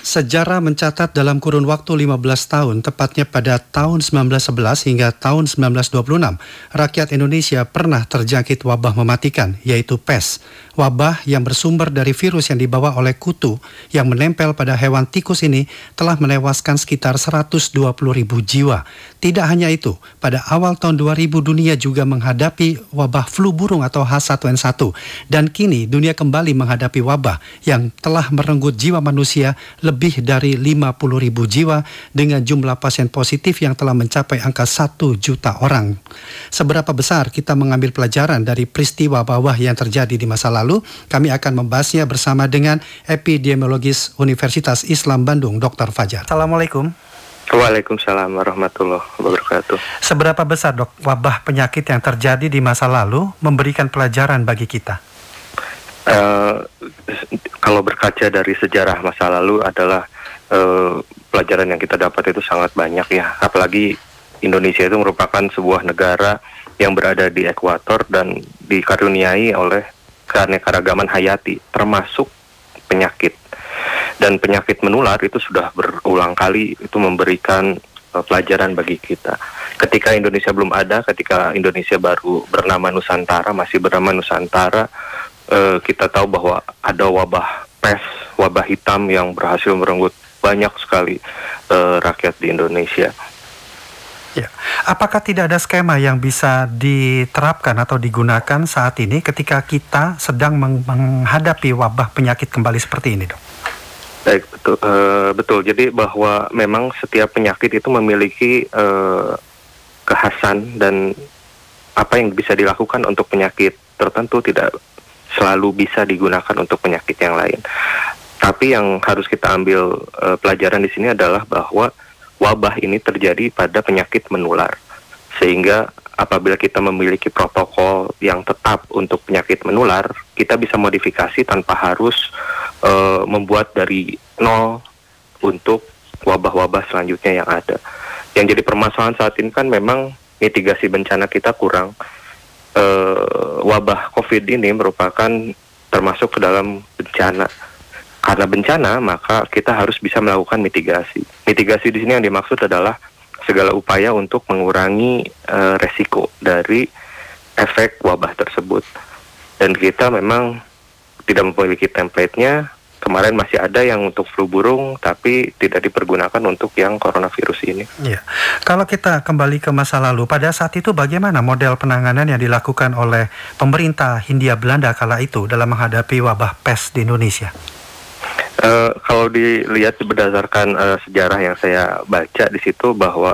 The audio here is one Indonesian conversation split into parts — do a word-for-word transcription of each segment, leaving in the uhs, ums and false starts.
Sejarah mencatat dalam kurun waktu lima belas tahun, tepatnya pada tahun sembilan belas sebelas hingga tahun sembilan belas dua puluh enam, rakyat Indonesia pernah terjangkit wabah mematikan, yaitu pes. Wabah yang bersumber dari virus yang dibawa oleh kutu yang menempel pada hewan tikus ini telah menewaskan sekitar seratus dua puluh ribu jiwa. Tidak hanya itu, pada awal tahun dua ribu dunia juga menghadapi wabah flu burung atau H satu N satu. Dan kini dunia kembali menghadapi wabah yang telah merenggut jiwa manusia lebih dari lima puluh ribu jiwa dengan jumlah pasien positif yang telah mencapai angka satu juta orang. Seberapa besar kita mengambil pelajaran dari peristiwa wabah yang terjadi di masa lalu? Kami akan membahasnya bersama dengan epidemiologis Universitas Islam Bandung, doktor Fajar. Assalamualaikum. Waalaikumsalam warahmatullahi wabarakatuh. Seberapa besar, dok, wabah penyakit yang terjadi di masa lalu memberikan pelajaran bagi kita? Uh, kalau berkaca dari sejarah masa lalu adalah uh, pelajaran yang kita dapat itu sangat banyak ya. Apalagi Indonesia itu merupakan sebuah negara yang berada di ekuator dan dikaruniai oleh keanekaragaman hayati, termasuk penyakit. Dan penyakit menular itu sudah berulang kali itu memberikan uh, pelajaran bagi kita. Ketika Indonesia belum ada, ketika Indonesia baru bernama Nusantara, masih bernama Nusantara, uh, kita tahu bahwa ada wabah pes, wabah hitam yang berhasil merenggut banyak sekali uh, rakyat di Indonesia. Ya. Apakah tidak ada skema yang bisa diterapkan atau digunakan saat ini ketika kita sedang meng- menghadapi wabah penyakit kembali seperti ini, dok? Baik, betul. Uh, betul. Jadi bahwa memang setiap penyakit itu memiliki uh, kekhasan dan apa yang bisa dilakukan untuk penyakit tertentu tidak selalu bisa digunakan untuk penyakit yang lain. Tapi yang harus kita ambil uh, pelajaran di sini adalah bahwa wabah ini terjadi pada penyakit menular. Sehingga apabila kita memiliki protokol yang tetap untuk penyakit menular, kita bisa modifikasi tanpa harus uh, membuat dari nol untuk wabah-wabah selanjutnya yang ada. Yang jadi permasalahan saat ini kan memang mitigasi bencana kita kurang. Uh, wabah COVID ini merupakan termasuk ke dalam bencana. Karena bencana, maka kita harus bisa melakukan mitigasi. Mitigasi di sini yang dimaksud adalah segala upaya untuk mengurangi uh, resiko dari efek wabah tersebut. Dan kita memang tidak memiliki template-nya. Kemarin masih ada yang untuk flu burung, tapi tidak dipergunakan untuk yang coronavirus ini. Ya. Kalau kita kembali ke masa lalu, pada saat itu bagaimana model penanganan yang dilakukan oleh pemerintah Hindia Belanda kala itu dalam menghadapi wabah pes di Indonesia? Uh, kalau dilihat berdasarkan uh, sejarah yang saya baca di situ bahwa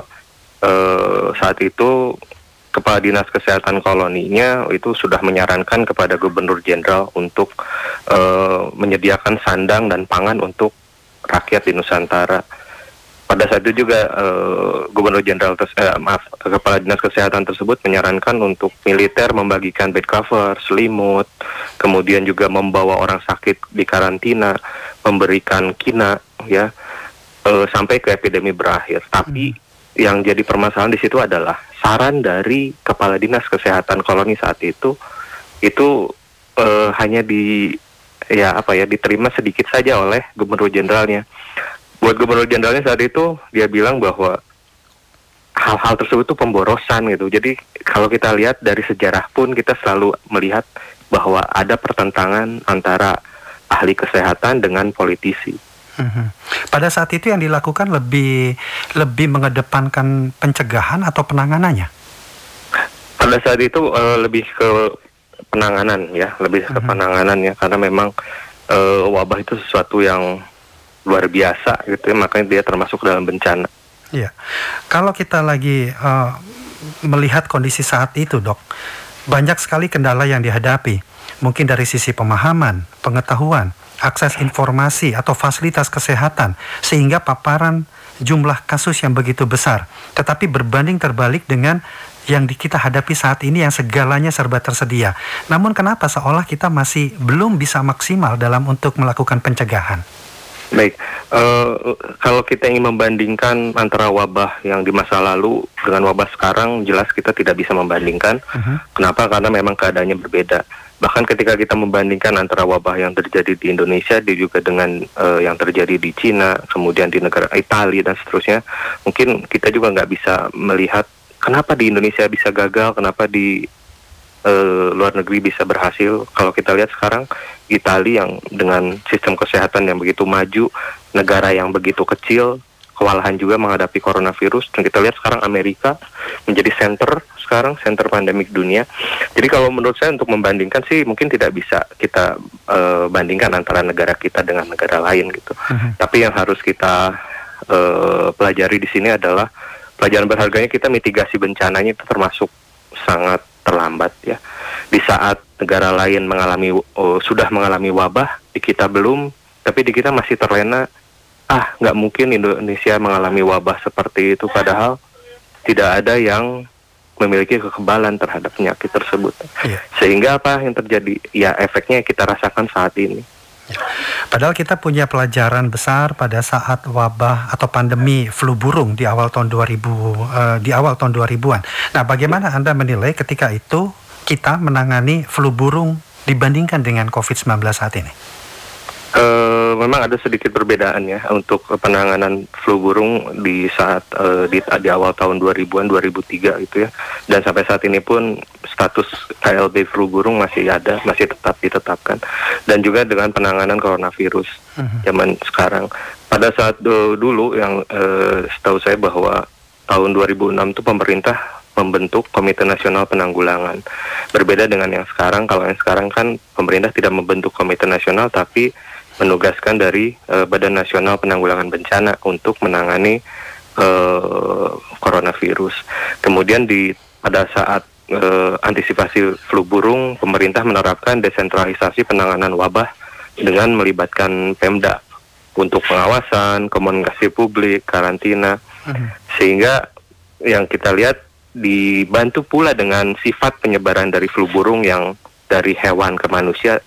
uh, saat itu Kepala Dinas Kesehatan koloninya itu sudah menyarankan kepada Gubernur Jenderal untuk uh, menyediakan sandang dan pangan untuk rakyat di Nusantara. Pada saat itu juga uh, Gubernur Jenderal tes- eh, maaf Kepala Dinas Kesehatan tersebut menyarankan untuk militer membagikan bed cover, selimut, kemudian juga membawa orang sakit di karantina, memberikan kina, ya, uh, sampai ke epidemi berakhir. Tapi hmm. yang jadi permasalahan di situ adalah saran dari Kepala Dinas Kesehatan koloni saat itu itu uh, hanya di ya apa ya diterima sedikit saja oleh Gubernur Jenderalnya. Buat Gubernur Jenderalnya saat itu dia bilang bahwa hal-hal tersebut itu pemborosan gitu. Jadi kalau kita lihat dari sejarah pun kita selalu melihat bahwa ada pertentangan antara ahli kesehatan dengan politisi. Hmm. Pada saat itu yang dilakukan lebih lebih mengedepankan pencegahan atau penanganannya? Pada saat itu uh, lebih ke penanganan ya, lebih ke hmm. penanganan ya, karena memang uh, wabah itu sesuatu yang luar biasa gitu ya, makanya dia termasuk dalam bencana. Iya. Kalau kita lagi uh, melihat kondisi saat itu, dok, banyak sekali kendala yang dihadapi. Mungkin dari sisi pemahaman, pengetahuan, akses informasi atau fasilitas kesehatan, sehingga paparan jumlah kasus yang begitu besar. Tetapi berbanding terbalik dengan yang kita hadapi saat ini yang segalanya serba tersedia. Namun kenapa seolah kita masih belum bisa maksimal dalam untuk melakukan pencegahan? Baik, eh, kalau kita ingin membandingkan antara wabah yang di masa lalu dengan wabah sekarang, jelas kita tidak bisa membandingkan. Mhm. Kenapa? Karena memang keadaannya berbeda. Bahkan ketika kita membandingkan antara wabah yang terjadi di Indonesia di juga dengan eh, yang terjadi di Cina, kemudian di negara Italia dan seterusnya, mungkin kita juga nggak bisa melihat kenapa di Indonesia bisa gagal, kenapa di eh, luar negeri bisa berhasil. Kalau kita lihat sekarang Italia yang dengan sistem kesehatan yang begitu maju, negara yang begitu kecil, kewalahan juga menghadapi coronavirus. Dan kita lihat sekarang Amerika menjadi center sekarang, center pandemik dunia. Jadi kalau menurut saya untuk membandingkan sih mungkin tidak bisa kita uh, bandingkan antara negara kita dengan negara lain gitu. Mhm. Tapi yang harus kita uh, pelajari di sini adalah pelajaran berharganya kita mitigasi bencananya itu termasuk sangat terlambat ya. Di saat negara lain mengalami oh, sudah mengalami wabah, di kita belum, tapi di kita masih terlena. Ah, nggak mungkin Indonesia mengalami wabah seperti itu, padahal tidak ada yang memiliki kekebalan terhadap penyakit tersebut. Iya. Sehingga apa yang terjadi? Ya efeknya kita rasakan saat ini. Padahal kita punya pelajaran besar pada saat wabah atau pandemi flu burung di awal tahun dua ribu, uh, di awal tahun dua ribuan. Nah, bagaimana Anda menilai ketika itu kita menangani flu burung dibandingkan dengan covid sembilan belas saat ini? Uh, memang ada sedikit perbedaan ya untuk penanganan flu burung di saat uh, di, di awal tahun dua ribuan, dua ribu tiga gitu ya. Dan sampai saat ini pun status K L B flu burung masih ada, masih tetap ditetapkan. Dan juga dengan penanganan coronavirus uh-huh. zaman sekarang. Pada saat uh, dulu yang uh, setahu saya bahwa tahun dua ribu enam itu pemerintah membentuk Komite Nasional Penanggulangan. Berbeda dengan yang sekarang, kalau yang sekarang kan pemerintah tidak membentuk Komite Nasional tapi menugaskan dari uh, Badan Nasional Penanggulangan Bencana untuk menangani uh, coronavirus. Kemudian di pada saat uh, antisipasi flu burung, pemerintah menerapkan desentralisasi penanganan wabah dengan melibatkan Pemda untuk pengawasan, komunikasi publik, karantina, uh-huh. sehingga yang kita lihat dibantu pula dengan sifat penyebaran dari flu burung yang dari hewan ke manusia.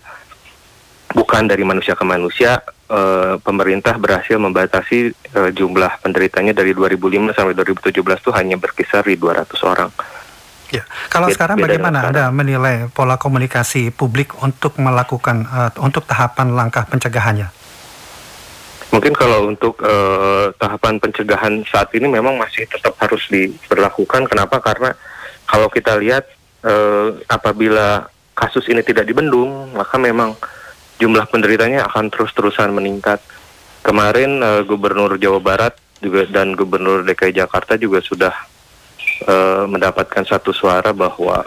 Bukan dari manusia ke manusia, e, pemerintah berhasil membatasi e, jumlah penderitanya dari dua ribu lima sampai dua ribu tujuh belas itu hanya berkisar di dua ratus orang. Ya. Kalau Beda, sekarang beda bagaimana sekarang. Anda menilai pola komunikasi publik untuk melakukan, uh, untuk tahapan langkah pencegahannya? Mungkin kalau untuk e, tahapan pencegahan saat ini memang masih tetap harus diberlakukan. Kenapa? Karena kalau kita lihat e, apabila kasus ini tidak dibendung, maka memang jumlah penderitanya akan terus-terusan meningkat. Kemarin uh, Gubernur Jawa Barat juga dan Gubernur D K I Jakarta juga sudah uh, mendapatkan satu suara bahwa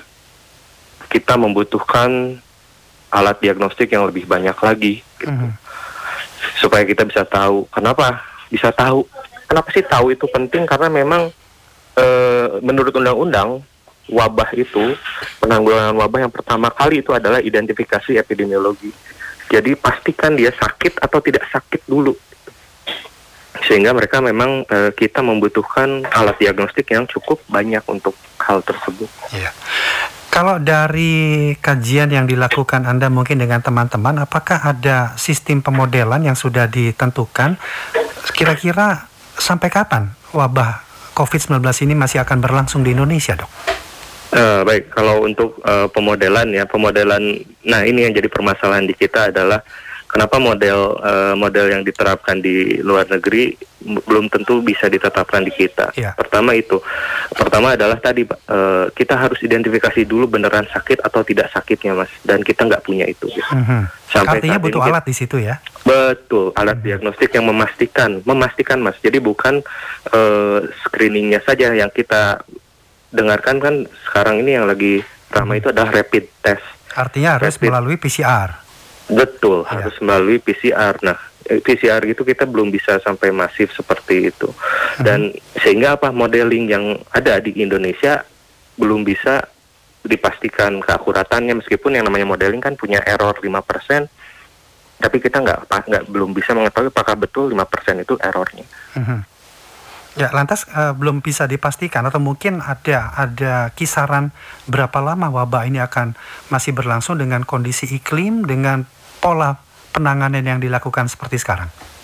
kita membutuhkan alat diagnostik yang lebih banyak lagi, gitu. Mm-hmm. Supaya kita bisa tahu. Kenapa bisa tahu? Kenapa sih tahu itu penting? Karena memang uh, menurut undang-undang wabah itu, penanggulangan wabah yang pertama kali itu adalah identifikasi epidemiologi. Jadi pastikan dia sakit atau tidak sakit dulu. Sehingga mereka memang e, kita membutuhkan alat diagnostik yang cukup banyak untuk hal tersebut. Iya. Kalau dari kajian yang dilakukan Anda mungkin dengan teman-teman, apakah ada sistem pemodelan yang sudah ditentukan? Kira-kira sampai kapan wabah covid sembilan belas ini masih akan berlangsung di Indonesia, Dok? Uh, baik, kalau untuk uh, pemodelan ya, pemodelan, nah ini yang jadi permasalahan di kita adalah kenapa model uh, model yang diterapkan di luar negeri m- belum tentu bisa ditetapkan di kita. Yeah. Pertama itu, pertama adalah tadi uh, kita harus identifikasi dulu beneran sakit atau tidak sakitnya, Mas, dan kita nggak punya itu. Gitu. Mm-hmm. Sampai artinya butuh kita, alat di situ ya? Betul, alat mm-hmm. diagnostik yang memastikan, memastikan, Mas. Jadi bukan uh, screeningnya saja yang kita dengarkan kan sekarang ini yang lagi ramai itu adalah rapid test. Artinya harus rapid. Melalui P C R. Betul, ya. Harus melalui P C R. Nah, P C R itu kita belum bisa sampai masif seperti itu. Hmm. Dan sehingga apa modeling yang ada di Indonesia belum bisa dipastikan keakuratannya, meskipun yang namanya modeling kan punya error lima persen. Tapi kita nggak nggak belum bisa mengetahui apakah betul lima persen itu errornya. Hmm. Ya, lantas uh, belum bisa dipastikan atau mungkin ada ada kisaran berapa lama wabah ini akan masih berlangsung dengan kondisi iklim, dengan pola penanganan yang dilakukan seperti sekarang?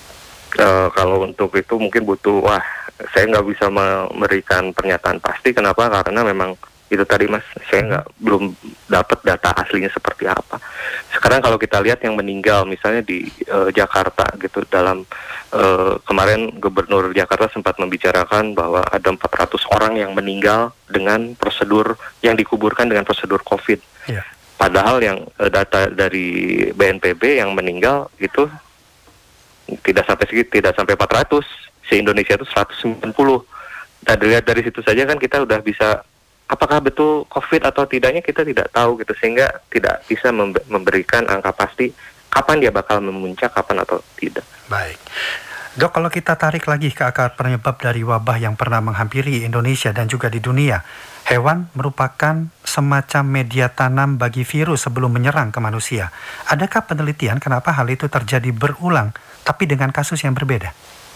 Uh, kalau untuk itu mungkin butuh, wah, saya nggak bisa memberikan pernyataan pasti. Kenapa? Karena memang itu tadi Mas, saya nggak belum dapat data aslinya seperti apa. Sekarang kalau kita lihat yang meninggal, misalnya di uh, Jakarta gitu, dalam uh, kemarin Gubernur Jakarta sempat membicarakan bahwa ada empat ratus orang yang meninggal dengan prosedur yang dikuburkan dengan prosedur COVID. Yeah. Padahal yang uh, data dari B N P B yang meninggal itu tidak sampai segitu, tidak sampai empat ratus. Se-Indonesia itu seratus sembilan puluh. Nah, dilihat dari situ saja kan kita udah bisa, apakah betul COVID atau tidaknya kita tidak tahu gitu, sehingga tidak bisa memberikan angka pasti kapan dia bakal memuncak, kapan atau tidak. Baik. Dok, kalau kita tarik lagi ke akar penyebab dari wabah yang pernah menghampiri Indonesia dan juga di dunia, hewan merupakan semacam media tanam bagi virus sebelum menyerang ke manusia. Adakah penelitian kenapa hal itu terjadi berulang, tapi dengan kasus yang berbeda?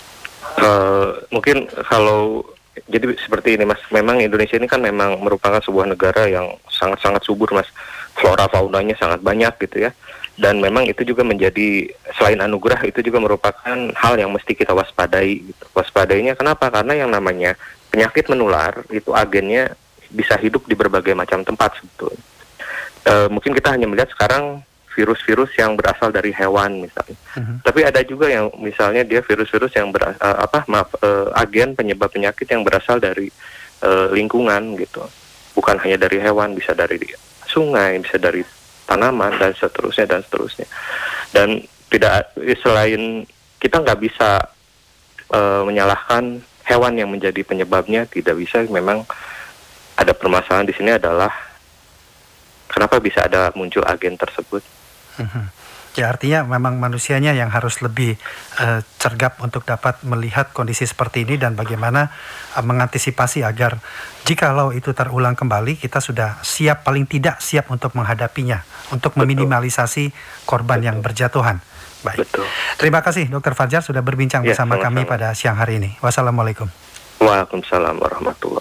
Uh, mungkin kalau jadi seperti ini Mas, memang Indonesia ini kan memang merupakan sebuah negara yang sangat-sangat subur Mas, flora faunanya sangat banyak gitu ya, dan memang itu juga menjadi, selain anugerah, itu juga merupakan hal yang mesti kita waspadai gitu. Waspadainya kenapa? Karena yang namanya penyakit menular itu agennya bisa hidup di berbagai macam tempat sebetulnya. E, mungkin kita hanya melihat sekarang virus-virus yang berasal dari hewan misalnya. Uh-huh. Tapi ada juga yang misalnya dia virus-virus yang ber, uh, apa maaf uh, agen penyebab penyakit yang berasal dari uh, lingkungan gitu. Bukan hanya dari hewan, bisa dari sungai, bisa dari tanaman dan seterusnya dan seterusnya. Dan tidak, selain kita nggak bisa uh, menyalahkan hewan yang menjadi penyebabnya, tidak bisa. Memang ada permasalahan di sini adalah kenapa bisa ada muncul agen tersebut. Ya, artinya memang manusianya yang harus lebih uh, cergap untuk dapat melihat kondisi seperti ini dan bagaimana uh, mengantisipasi agar jikalau itu terulang kembali, kita sudah siap, paling tidak siap untuk menghadapinya, untuk meminimalisasi korban Betul. yang berjatuhan. Baik. Betul. Terima kasih Dokter Fajar sudah berbincang ya, bersama sama-sama. kami pada siang hari ini. Wassalamualaikum. Waalaikumsalam warahmatullahi wabarakatuh.